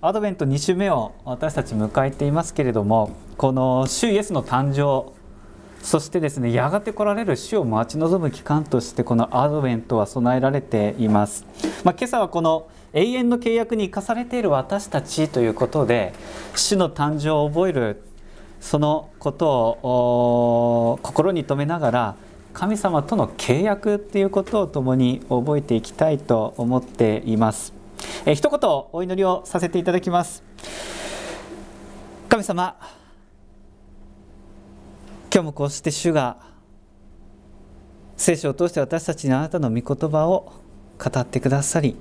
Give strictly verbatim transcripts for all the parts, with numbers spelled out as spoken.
アドベントに週目を私たち迎えていますけれども、この主イエスの誕生、そしてですね、やがて来られる主を待ち望む期間としてこのアドベントは備えられています。まあ、今朝はこの永遠の契約に生かされている私たちということで、主の誕生を覚えるそのことを心に留めながら、神様との契約ということを共に覚えていきたいと思っています。え一言お祈りをさせていただきます。神様、今日もこうして主が聖書を通して私たちにあなたの御言葉を語ってくださり、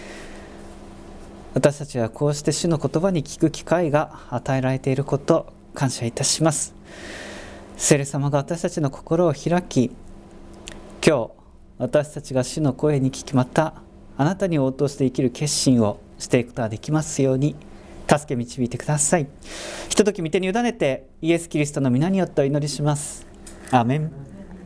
私たちはこうして主の言葉に聞く機会が与えられていること、感謝いたします。聖霊様が私たちの心を開き、今日私たちが主の声に聞き、またあなたに応答して生きる決心をしていくことができますように助け導いてください。ひととき御手に委ねてイエス・キリストの皆によってお祈りします。アーメン。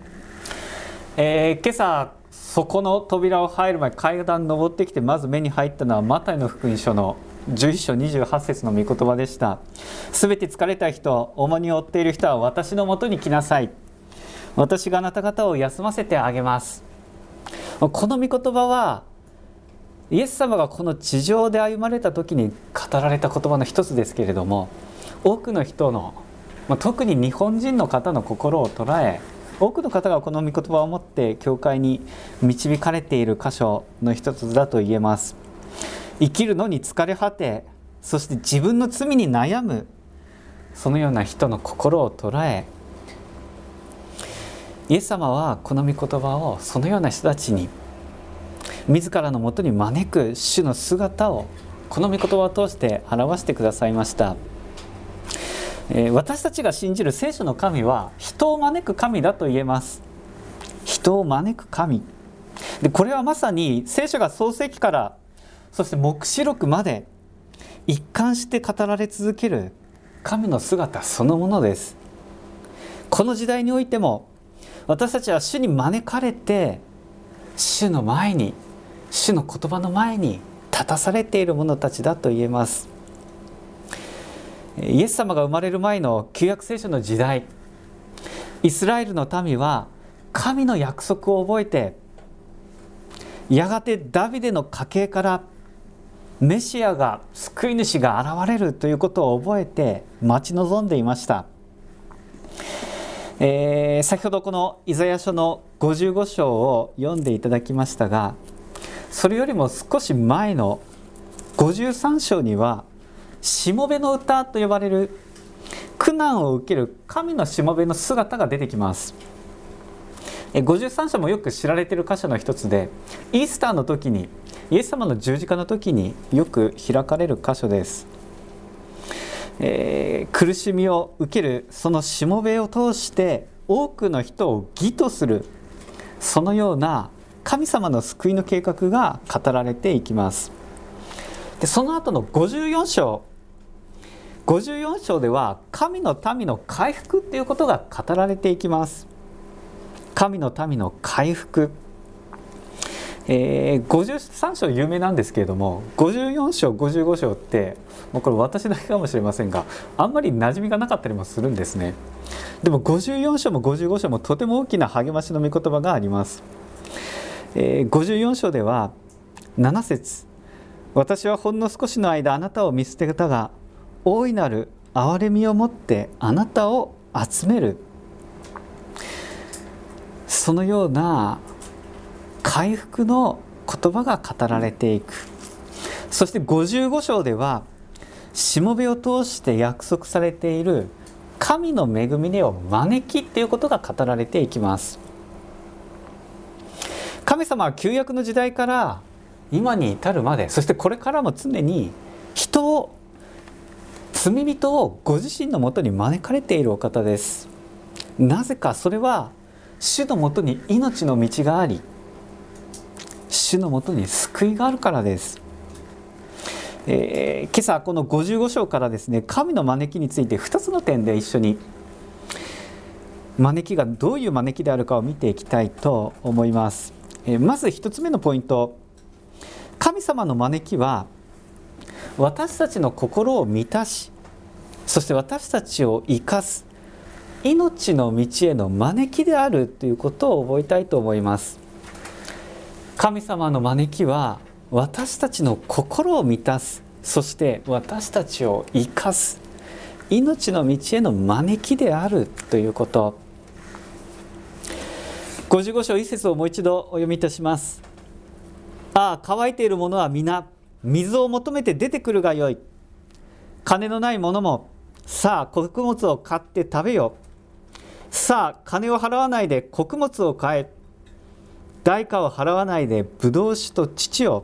えー、今朝そこの扉を入る前、階段登ってきてまず目に入ったのはマタイの福音書のじゅういっ章にじゅうはち節の御言葉でした。すべて疲れた人、重荷を負っている人は私のもとに来なさい。私があなた方を休ませてあげます。この御言葉はイエス様がこの地上で歩まれた時に語られた言葉の一つですけれども、多くの人の、特に日本人の方の心を捉え、多くの方がこの御言葉を持って教会に導かれている箇所の一つだと言えます。生きるのに疲れ果て、そして自分の罪に悩む、そのような人の心を捉え、イエス様はこの御言葉をそのような人たちに自らのもとに招く主の姿をこの御言葉を通して表してくださいました。えー、私たちが信じる聖書の神は人を招く神だと言えます。人を招く神で、これはまさに聖書が創世記からそして黙示録まで一貫して語られ続ける神の姿そのものです。この時代においても私たちは主に招かれて、主の前に、主の言葉の前に立たされている者たちだと言えます。イエス様が生まれる前の旧約聖書の時代、イスラエルの民は神の約束を覚えて、やがてダビデの家系からメシアが、救い主が現れるということを覚えて待ち望んでいました。えー、先ほどこのイザヤ書のごじゅうご章を読んでいただきましたが、それよりも少し前のごじゅうさん章にはしもべの歌と呼ばれる苦難を受ける神のしもべの姿が出てきます。ごじゅうさん章もよく知られている箇所の一つで、イースターの時に、イエス様の十字架の時によく開かれる箇所です。えー、苦しみを受けるそのしもべを通して多くの人を義とする、そのような神様の救いの計画が語られていきます。で、その後のごじゅうよん章ごじゅうよん章では神の民の回復ということが語られていきます。神の民の回復、えー、ごじゅうさん章有名なんですけれども、ごじゅうよん章ごじゅうご章ってもうこれ私だけかもしれませんが、あんまり馴染みがなかったりもするんですね。でもごじゅうよん章もごじゅうご章もとても大きな励ましの御言葉があります。えー、ごじゅうよん章ではなな節、私はほんの少しの間あなたを見捨てたが、大いなる憐れみをもってあなたを集める、そのような回復の言葉が語られていく。そしてごじゅうご章ではしもべを通して約束されている神の恵みを招きということが語られていきます。神様は旧約の時代から今に至るまで、そしてこれからも常に人を、罪人をご自身のもとに招かれているお方です。なぜか、それは主のもとに命の道があり、主のもとに救いがあるからです。えー、今朝このごじゅうご章からですね、神の招きについてふたつの点で一緒に招きがどういう招きであるかを見ていきたいと思います。えー、まずひとつめのポイント、神様の招きは私たちの心を満たし、そして私たちを生かす命の道への招きであるということを覚えたいと思います。神様の招きは私たちの心を満たす、そして私たちを生かす命の道への招きであるということ。ごじゅうご章いち節をもう一度お読みいたします。ああ、乾いている者は皆水を求めて出てくるがよい。金のない者もさあ穀物を買って食べよ。さあ金を払わないで穀物を買え。代価を払わないでブドウ酒と乳を。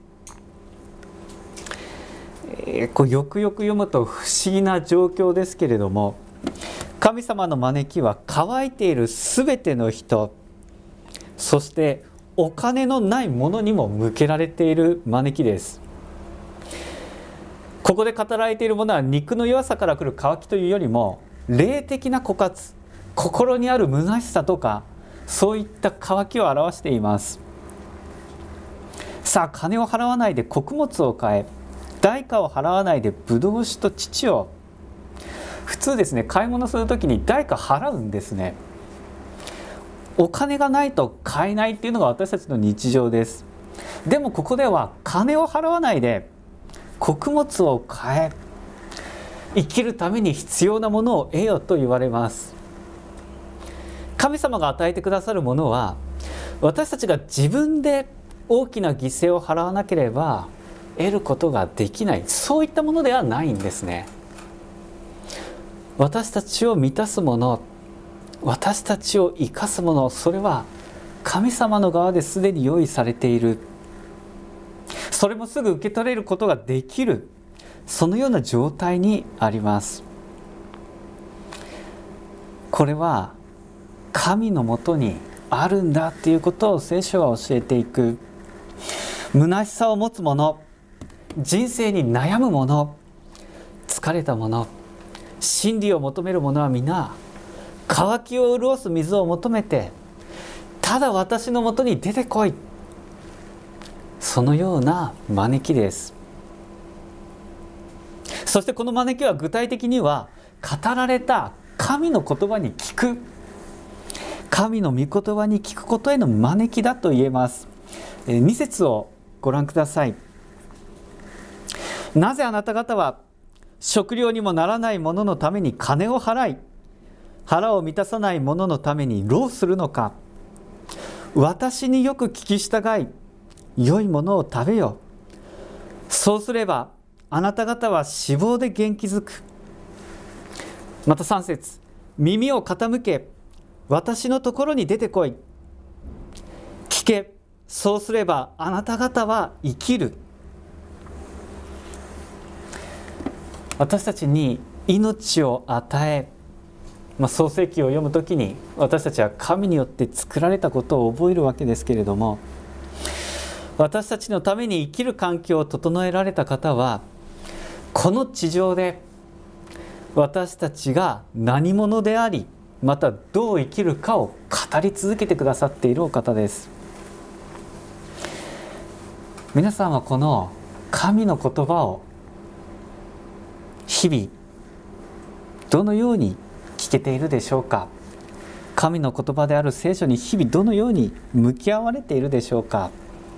えー、こうよくよく読むと不思議な状況ですけれども、神様の招きは乾いているすべての人、そしてお金のない者にも向けられている招きです。ここで語られているものは肉の弱さから来る渇きというよりも、霊的な枯渇、心にある虚しさとか、そういった渇きを表しています。さあ金を払わないで穀物を買え、代価を払わないでブドウ酒と乳を。普通ですね、買い物するときに代価払うんですね。お金がないと買えないっていうのが私たちの日常です。でもここでは金を払わないで穀物を買え、生きるために必要なものを得よと言われます。神様が与えてくださるものは、私たちが自分で大きな犠牲を払わなければ得ることができない、そういったものではないんですね。私たちを満たすもの、私たちを生かすもの、それは神様の側ですでに用意されている。それもすぐ受け取れることができる、そのような状態にあります。これは神のもとにあるんだということを聖書は教えていく。虚しさを持つ者、人生に悩む者、疲れた者、真理を求める者は皆渇きを潤す水を求めて、ただ私のもとに出てこい、そのような招きです。そしてこの招きは具体的には語られた神の言葉に聞く、神の御言葉に聞くことへの招きだと言えます。に節をご覧ください。なぜあなた方は食料にもならないもののために金を払い、腹を満たさないもののために労するのか。私によく聞き従い、良いものを食べよ。そうすればあなた方は脂肪で元気づく。またさん節、耳を傾け、私のところに出てこい。聞け、そうすればあなた方は生きる。私たちに命を与え、まあ、創世記を読むときに私たちは神によって作られたことを覚えるわけですけれども、私たちのために生きる環境を整えられた方は、この地上で私たちが何者であり、またどう生きるかを語り続けてくださっているお方です。皆さんはこの神の言葉を日々どのように聞けているでしょうか。神の言葉である聖書に日々どのように向き合われているでしょうか。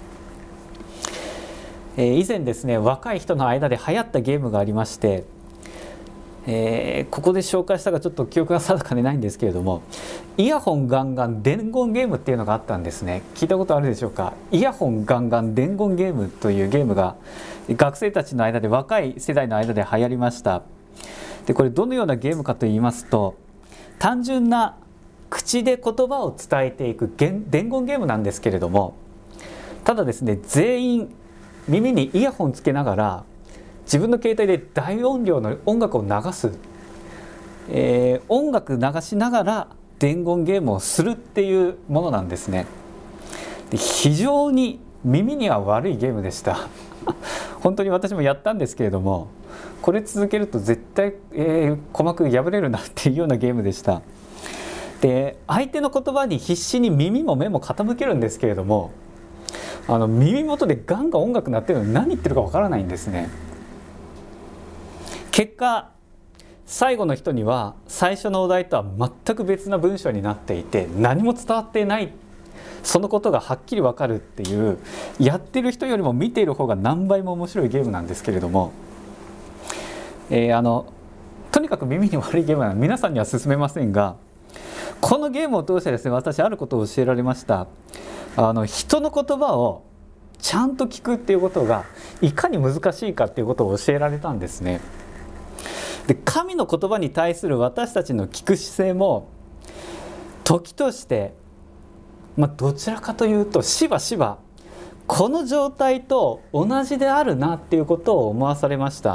えー、以前ですね、若い人の間で流行ったゲームがありまして、えー、ここで紹介したかちょっと記憶が定かでないんですけれども、イヤホンガンガン伝言ゲームっていうのがあったんですね。聞いたことあるでしょうか。イヤホンガンガン伝言ゲームというゲームが学生たちの間で、若い世代の間で流行りました。でこれどのようなゲームかといいますと、単純な口で言葉を伝えていく伝言ゲームなんですけれども、ただですね、全員耳にイヤホンつけながら自分の携帯で大音量の音楽を流す、えー、音楽流しながら伝言ゲームをするっていうものなんですね。で非常に耳には悪いゲームでした本当に私もやったんですけれども、これ続けると絶対、えー、鼓膜破れるなっていうようなゲームでした。で相手の言葉に必死に耳も目も傾けるんですけれども、あの耳元でガンガン音楽鳴ってるのに何言ってるかわからないんですね。 結果最後の人には最初のお題とは全く別な文章になっていて何も伝わっていない、そのことがはっきり分かるっていう、やってる人よりも見ている方が何倍も面白いゲームなんですけれども、えー、あのとにかく耳に悪いゲームなので皆さんには勧めませんが、このゲームを通してですね、私あることを教えられました。あの人の言葉をちゃんと聞くっていうことがいかに難しいかっていうことを教えられたんですね。で、神の言葉に対する私たちの聞く姿勢も時として、まあ、どちらかというとしばしばこの状態と同じであるなっていうことを思わされました。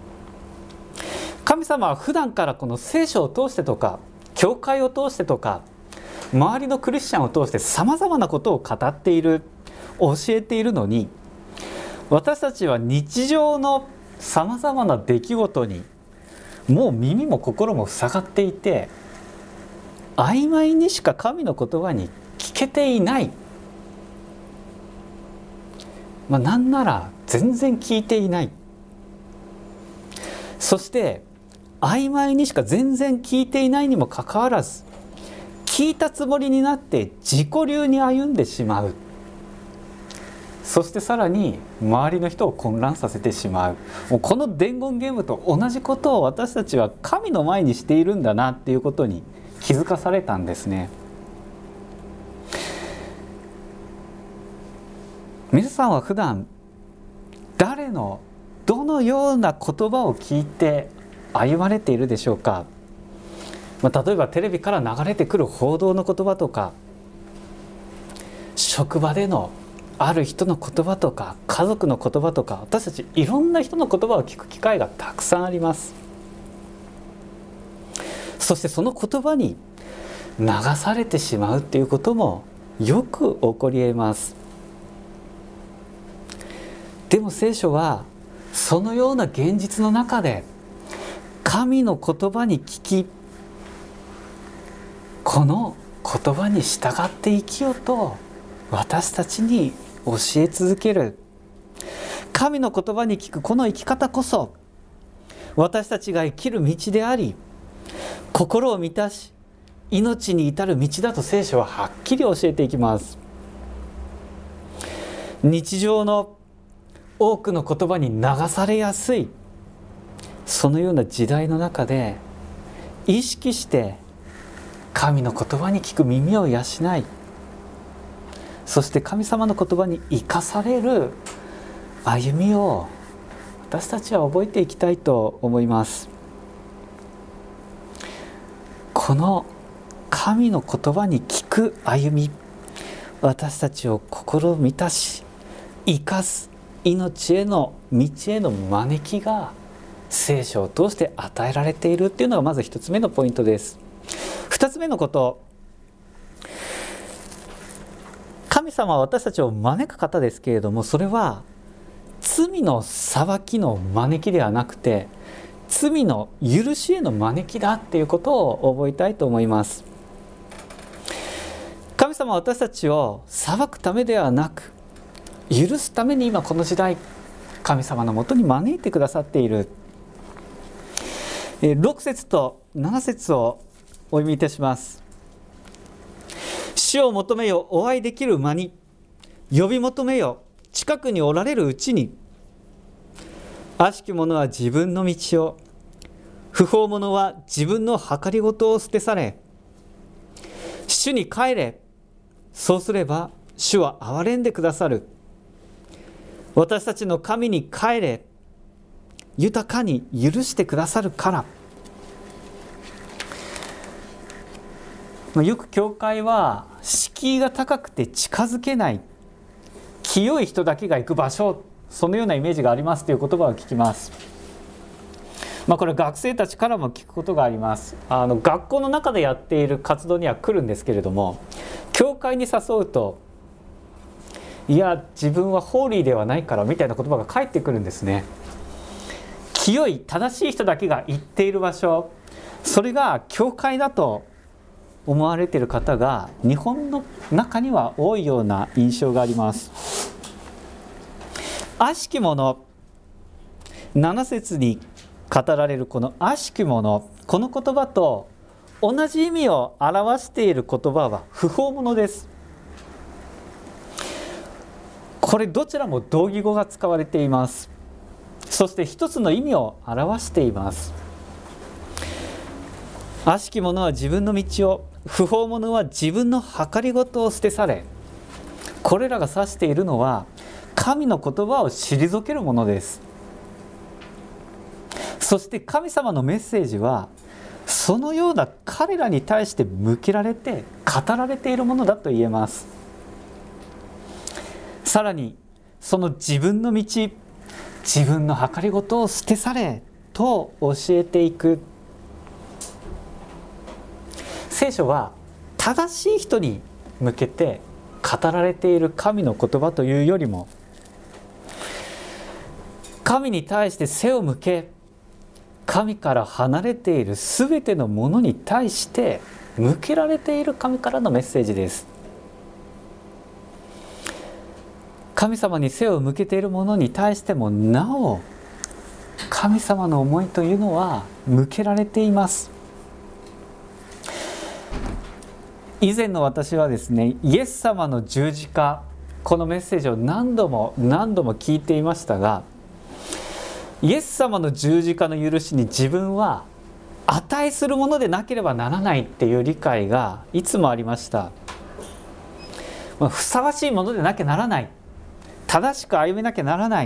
神様は普段からこの聖書を通してとか教会を通してとか周りのクリスチャンを通してさまざまなことを語っている、教えているのに、私たちは日常のさまざまな出来事にもう耳も心も塞がっていて、曖昧にしか神の言葉に聞けていない、まあ、なんなら全然聞いていない。そして曖昧にしか全然聞いていないにもかかわらず、聞いたつもりになって自己流に歩んでしまう。そしてさらに周りの人を混乱させてしまう。もうこの伝言ゲームと同じことを私たちは神の前にしているんだなっていうことに気づかされたんですね。皆さんは普段誰のどのような言葉を聞いて歩まれているでしょうか。まあ、例えばテレビから流れてくる報道の言葉とか、職場でのある人の言葉とか、家族の言葉とか、私たちいろんな人の言葉を聞く機会がたくさんあります。そしてその言葉に流されてしまうっていうこともよく起こり得ます。でも聖書はそのような現実の中で神の言葉に聞き、この言葉に従って生きようと私たちに教え続ける。神の言葉に聞くこの生き方こそ私たちが生きる道であり、心を満たし命に至る道だと聖書ははっきり教えていきます。日常の多くの言葉に流されやすいそのような時代の中で、意識して神の言葉に聞く耳を養い、そして神様の言葉に生かされる歩みを私たちは覚えていきたいと思います。この神の言葉に聞く歩み、私たちを心を満たし生かす命への道への招きが聖書を通して与えられているっていうのがまず一つ目のポイントです。二つ目のこと、神様は私たちを招く方ですけれども、それは罪の裁きの招きではなくて罪の許しへの招きだっていうことを覚えたいと思います。神様は私たちを裁くためではなく許すために今この時代神様のもとに招いてくださっている。ろく節となな節をお読みいたします。主を求めよ、お会いできる間に呼び求めよ、近くにおられるうちに。悪しき者は自分の道を、不法者は自分の計りごとを捨て去れ。主に帰れ、そうすれば主は憐れんでくださる。私たちの神に帰れ、豊かに許してくださるから。よく教会は敷居が高くて近づけない、清い人だけが行く場所、そのようなイメージがありますという言葉を聞きます。まあ、これ学生たちからも聞くことがあります。あの学校の中でやっている活動には来るんですけれども、教会に誘うと、いや自分はホーリーではないからみたいな言葉が返ってくるんですね。清い正しい人だけが行っている場所、それが教会だと思われている方が日本の中には多いような印象があります。悪しき者、なな節に語られるこの悪しき者、この言葉と同じ意味を表している言葉は不法者です。これどちらも同義語が使われています。そして一つの意味を表しています。悪しき者は自分の道を、不法者は自分の計りごとを捨て去れ。これらが指しているのは神の言葉を退けるものです。そして神様のメッセージはそのような彼らに対して向けられて語られているものだと言えます。さらにその自分の道、自分の計りごとを捨て去れと教えていく。聖書は正しい人に向けて語られている神の言葉というよりも、神に対して背を向け、神から離れているすべてのものに対して向けられている神からのメッセージです。神様に背を向けているものに対してもなお神様の思いというのは向けられています。以前の私はですね、イエス様の十字架、このメッセージを何度も何度も聞いていましたが、イエス様の十字架の許しに自分は値するものでなければならないっていう理解がいつもありました。まあ、ふさわしいものでなきゃならない、正しく歩めなきゃならない。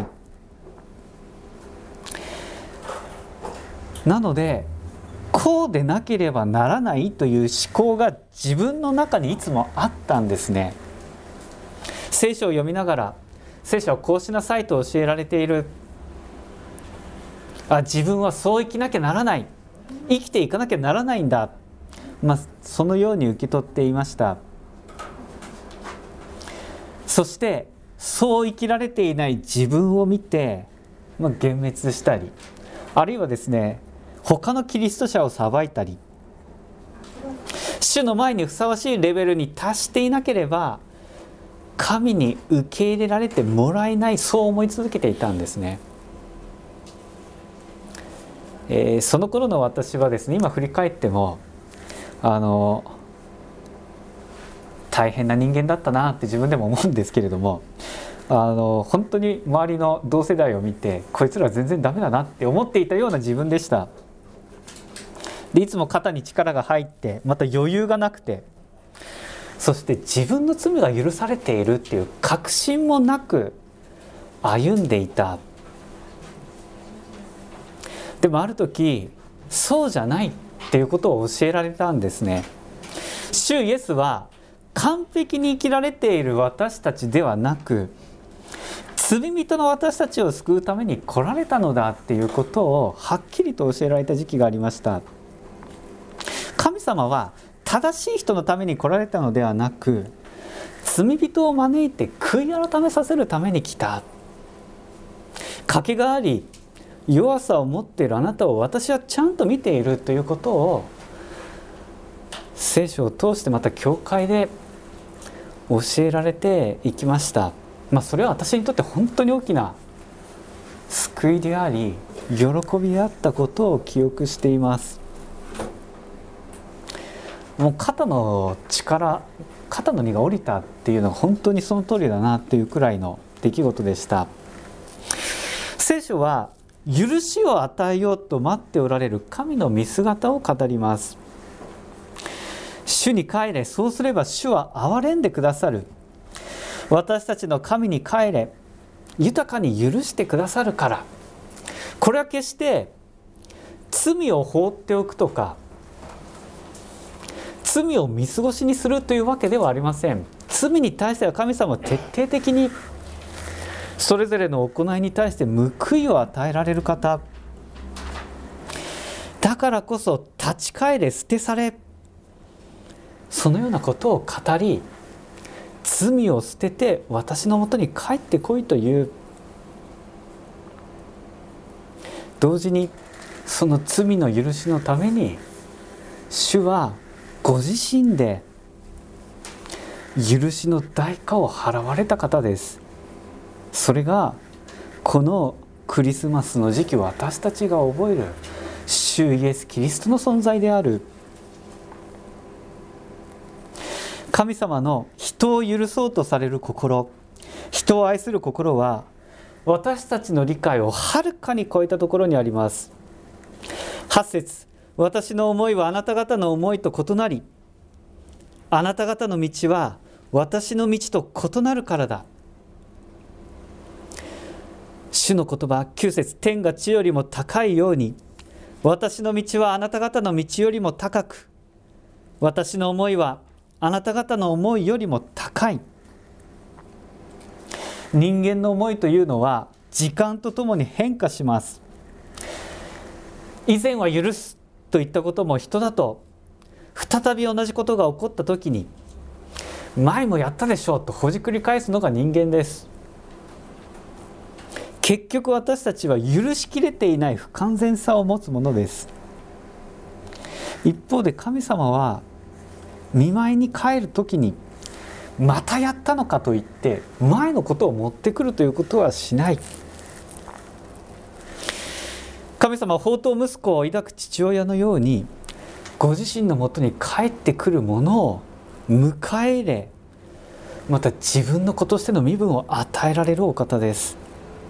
なのでこうでなければならないという思考が自分の中にいつもあったんですね。聖書を読みながら、聖書はこうしなさいと教えられている、あ、自分はそう生きなきゃならない、生きていかなきゃならないんだ、まあ、そのように受け取っていました。そしてそう生きられていない自分を見て、まあ、幻滅したり、あるいはですね、他のキリスト者を裁いたり、主の前にふさわしいレベルに達していなければ神に受け入れられてもらえない、そう思い続けていたんですね。えー、その頃の私はですね、今振り返ってもあの大変な人間だったなって自分でも思うんですけれども、あの本当に周りの同世代を見て、こいつら全然ダメだなって思っていたような自分でした。でいつも肩に力が入って、また余裕がなくて、そして自分の罪が許されているっていう確信もなく歩んでいた。でもある時そうじゃないっていうことを教えられたんですね。主イエスは完璧に生きられている私たちではなく、罪人の私たちを救うために来られたのだっていうことをはっきりと教えられた時期がありました。神様は正しい人のために来られたのではなく、罪人を招いて悔い改めさせるために来た。賭けがあり弱さを持っているあなたを私はちゃんと見ているということを聖書を通して、また教会で教えられていきました。まあ、それは私にとって本当に大きな救いであり喜びであったことを記憶しています。もう肩の力、肩の荷が下りたっていうのは本当にその通りだなっていうくらいの出来事でした。聖書は許しを与えようと待っておられる神の御姿を語ります。主に帰れ、そうすれば主は憐れんでくださる。私たちの神に帰れ、豊かに許してくださるから。これは決して罪を放っておくとか、罪を見過ごしにするというわけではありません。罪に対しては神様は徹底的にそれぞれの行いに対して報いを与えられる方だからこそ、立ち返れ、捨て去れ、そのようなことを語り、罪を捨てて私のもとに帰ってこいという、同時にその罪の許しのために主はご自身で許しの代価を払われた方です。それがこのクリスマスの時期、私たちが覚える主イエス・キリストの存在である。神様の人を許そうとされる心、人を愛する心は私たちの理解をはるかに超えたところにあります。はち節、私の思いはあなた方の思いと異なり、あなた方の道は私の道と異なるからだ。主の言葉、きゅう節、天が地よりも高いように、私の道はあなた方の道よりも高く、私の思いはあなた方の思いよりも高い。人間の思いというのは時間とともに変化します。以前は許すといったことも人だと、再び同じことが起こった時に、前もやったでしょうとほじくり返すのが人間です。結局私たちは許しきれていない不完全さを持つものです。一方で神様は見舞いに帰る時に、またやったのかといって前のことを持ってくるということはしない。神様は放蕩息子を抱く父親のように、ご自身のもとに帰ってくるものを迎え入れ、また自分の子としての身分を与えられるお方です。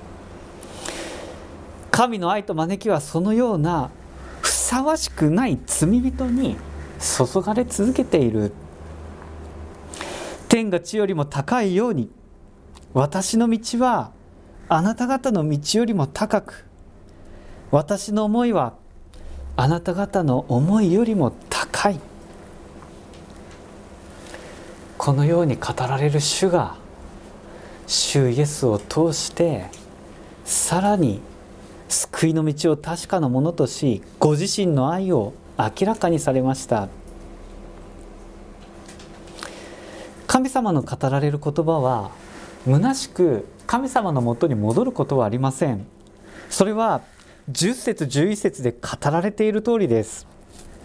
神の愛と招きはそのようなふさわしくない罪人に注がれ続けている。天が地よりも高いように、私の道はあなた方の道よりも高く、私の思いはあなた方の思いよりも高い。このように語られる主が、主イエスを通してさらに救いの道を確かなものとし、ご自身の愛を明らかにされました。神様の語られる言葉は虚しく神様のもとに戻ることはありません。それはじゅっ節じゅういち節で語られている通りです。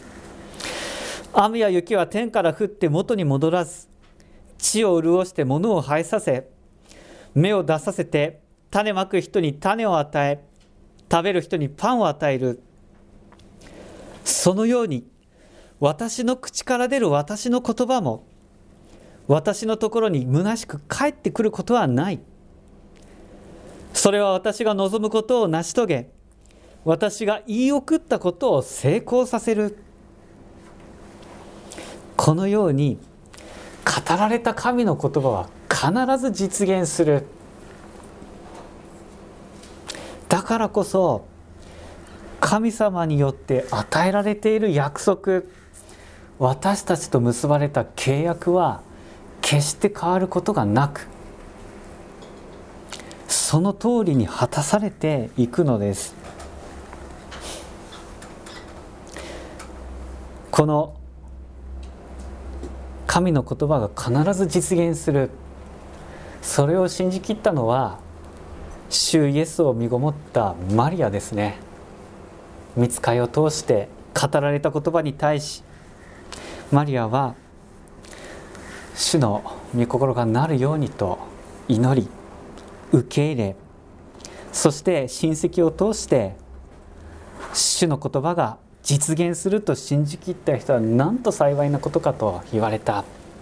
雨や雪は天から降って元に戻らず、地を潤して物を生えさせ、芽を出させて、種まく人に種を与え、食べる人にパンを与える。そのように私の口から出る私の言葉も、私のところに虚しく帰ってくることはない。それは私が望むことを成し遂げ、私が言い送ったことを成功させる。このように語られた神の言葉は必ず実現する。だからこそ神様によって与えられている約束、私たちと結ばれた契約は決して変わることがなく、その通りに果たされていくのです。この神の言葉が必ず実現する、それを信じきったのは主イエスを身ごもったマリアですね。御使いを通して語られた言葉に対し、マリアは主の御心がなるようにと祈り、受け入れ、そして親戚を通して主の言葉が実現すると信じきった人はなんと幸いなことかと言われた。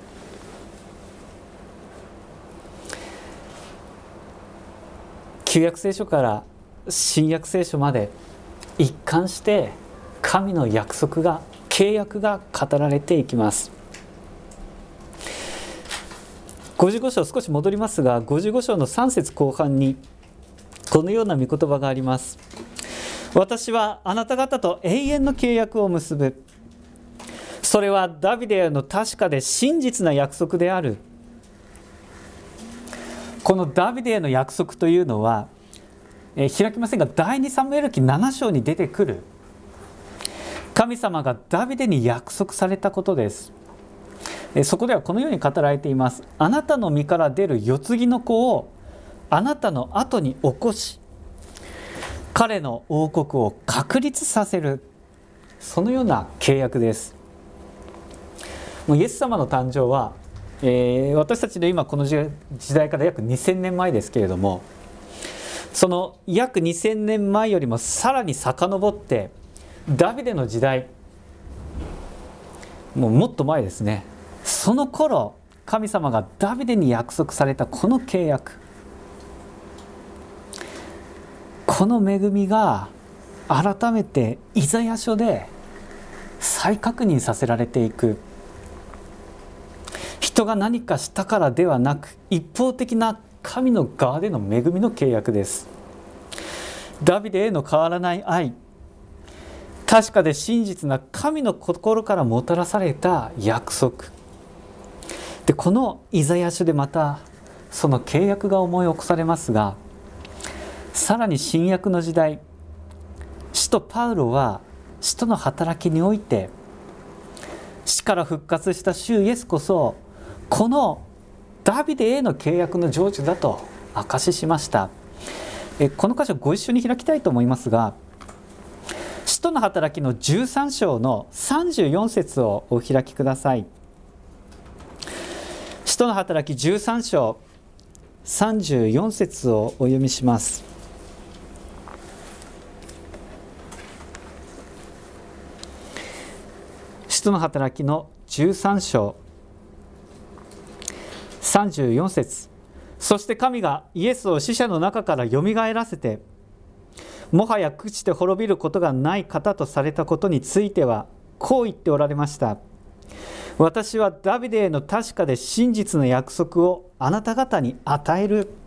旧約聖書から新約聖書まで一貫して神の約束が、契約が語られていきます。ごじゅうご章少し戻りますが、ごじゅうご章のさん節後半にこのような御言葉があります。私はあなた方と永遠の契約を結ぶ。それはダビデへの確かで真実な約束である。このダビデへの約束というのは、えー、開きませんが第二サムエル記なな章に出てくる神様がダビデに約束されたことです。えー、そこではこのように語られています。あなたの身から出る世継ぎの子をあなたの後に起こし、彼の王国を確立させる。そのような契約です。もうイエス様の誕生は、えー、私たちの今この時代から約にせんねんまえですけれども、 その約にせんねんまえよりもさらに遡ってダビデの時代、もうもっと前ですね。その頃神様がダビデに約束されたこの契約、この恵みが改めてイザヤ書で再確認させられていく。人が何かしたからではなく、一方的な神の側での恵みの契約です。ダビデへの変わらない愛、確かで真実な神の心からもたらされた約束で、このイザヤ書でまたその契約が思い起こされますが、さらに新約の時代、使徒パウロは使徒の働きにおいて死から復活した主イエスこそこのダビデへの契約の成就だと証ししました。えこの箇所ご一緒に開きたいと思いますが、使徒の働きのじゅうさん章のさんじゅうよん節をお開きください。使徒の働きじゅうさん章さんじゅうよん節をお読みします。使徒の働きのじゅうさん章さんじゅうよん節、そして神がイエスを死者の中からよみがえらせて、もはや朽ちて滅びることがない方とされたことについてはこう言っておられました。私はダビデへの確かで真実の約束をあなた方に与える。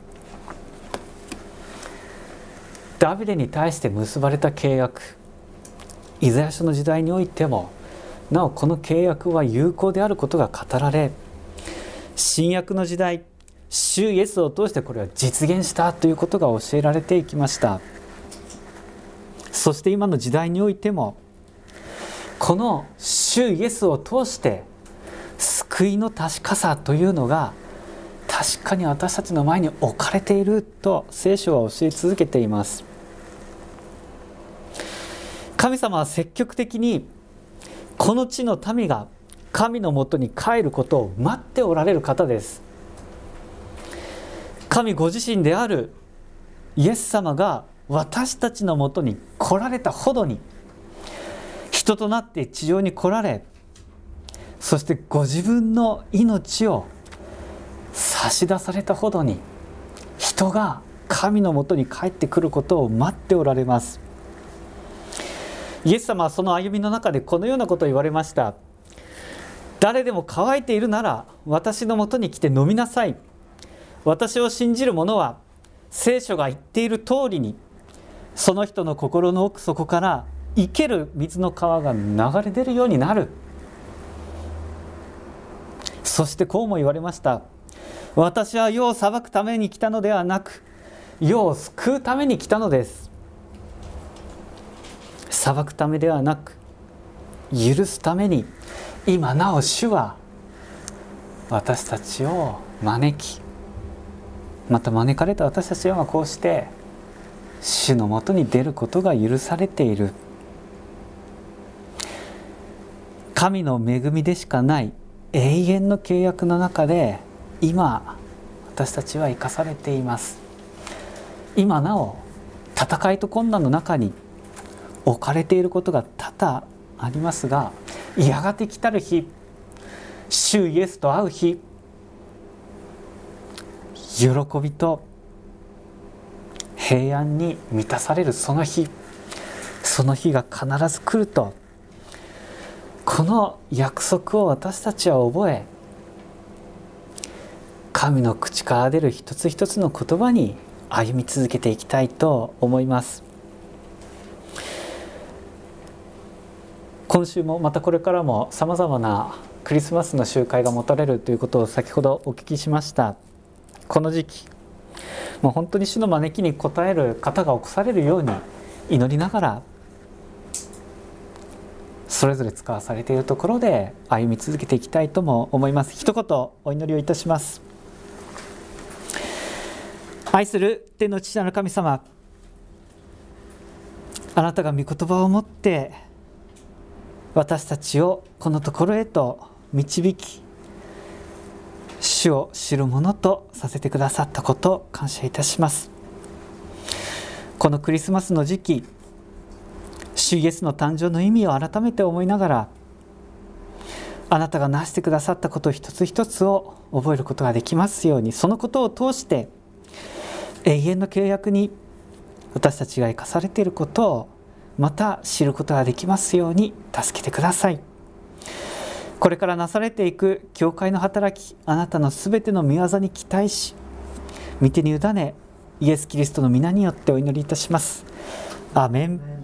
ダビデに対して結ばれた契約、イザヤ書の時代においてもなおこの契約は有効であることが語られ、新約の時代、主イエスを通してこれは実現したということが教えられていきました。そして今の時代においてもこの主イエスを通して救いの確かさというのが確かに私たちの前に置かれていると聖書は教え続けています。神様は積極的にこの地の民が神のもとに帰ることを待っておられる方です。神ご自身であるイエス様が私たちのもとに来られたほどに、人となって地上に来られ、そしてご自分の命を差し出されたほどに、人が神のもとに帰ってくることを待っておられます。イエス様はその歩みの中でこのようなことを言われました。誰でも乾いているなら私のもとに来て飲みなさい。私を信じる者は聖書が言っている通りに、その人の心の奥底から生ける水の川が流れ出るようになる。そしてこうも言われました。私は世を裁くために来たのではなく、世を救うために来たのです。裁くためではなく、許すために今なお主は私たちを招き、また招かれた私たちはこうして主のもとに出ることが許されている。神の恵みでしかない永遠の契約の中で今私たちは生かされています。今なお戦いと困難の中に置かれていることが多々ありますが、やがて来たる日、主イエスと会う日、喜びと平安に満たされるその日、その日が必ず来ると、この約束を私たちは覚え、神の口から出る一つ一つの言葉に歩み続けていきたいと思います。今週もまたこれからもさまざまなクリスマスの集会が持たれるということを先ほどお聞きしました。この時期、もう本当に主の招きに応える方が起こされるように祈りながら、それぞれ使わされているところで歩み続けていきたいとも思います。一言お祈りをいたします。愛する天の父なる神様、あなたが御言葉を持って私たちをこのところへと導き、主を知るものとさせてくださったことを感謝いたします。 このクリスマスの時期、主イエスの誕生の意味を改めて思いながら、あなたがなしてくださったこと一つ一つを覚えることができますように、そのことを通して永遠の契約に私たちが生かされていることをまた知ることができますように助けてください。これからなされていく教会の働き、あなたのすべての御業に期待し、御手に委ね、イエス・キリストの皆によってお祈りいたします。アーメン。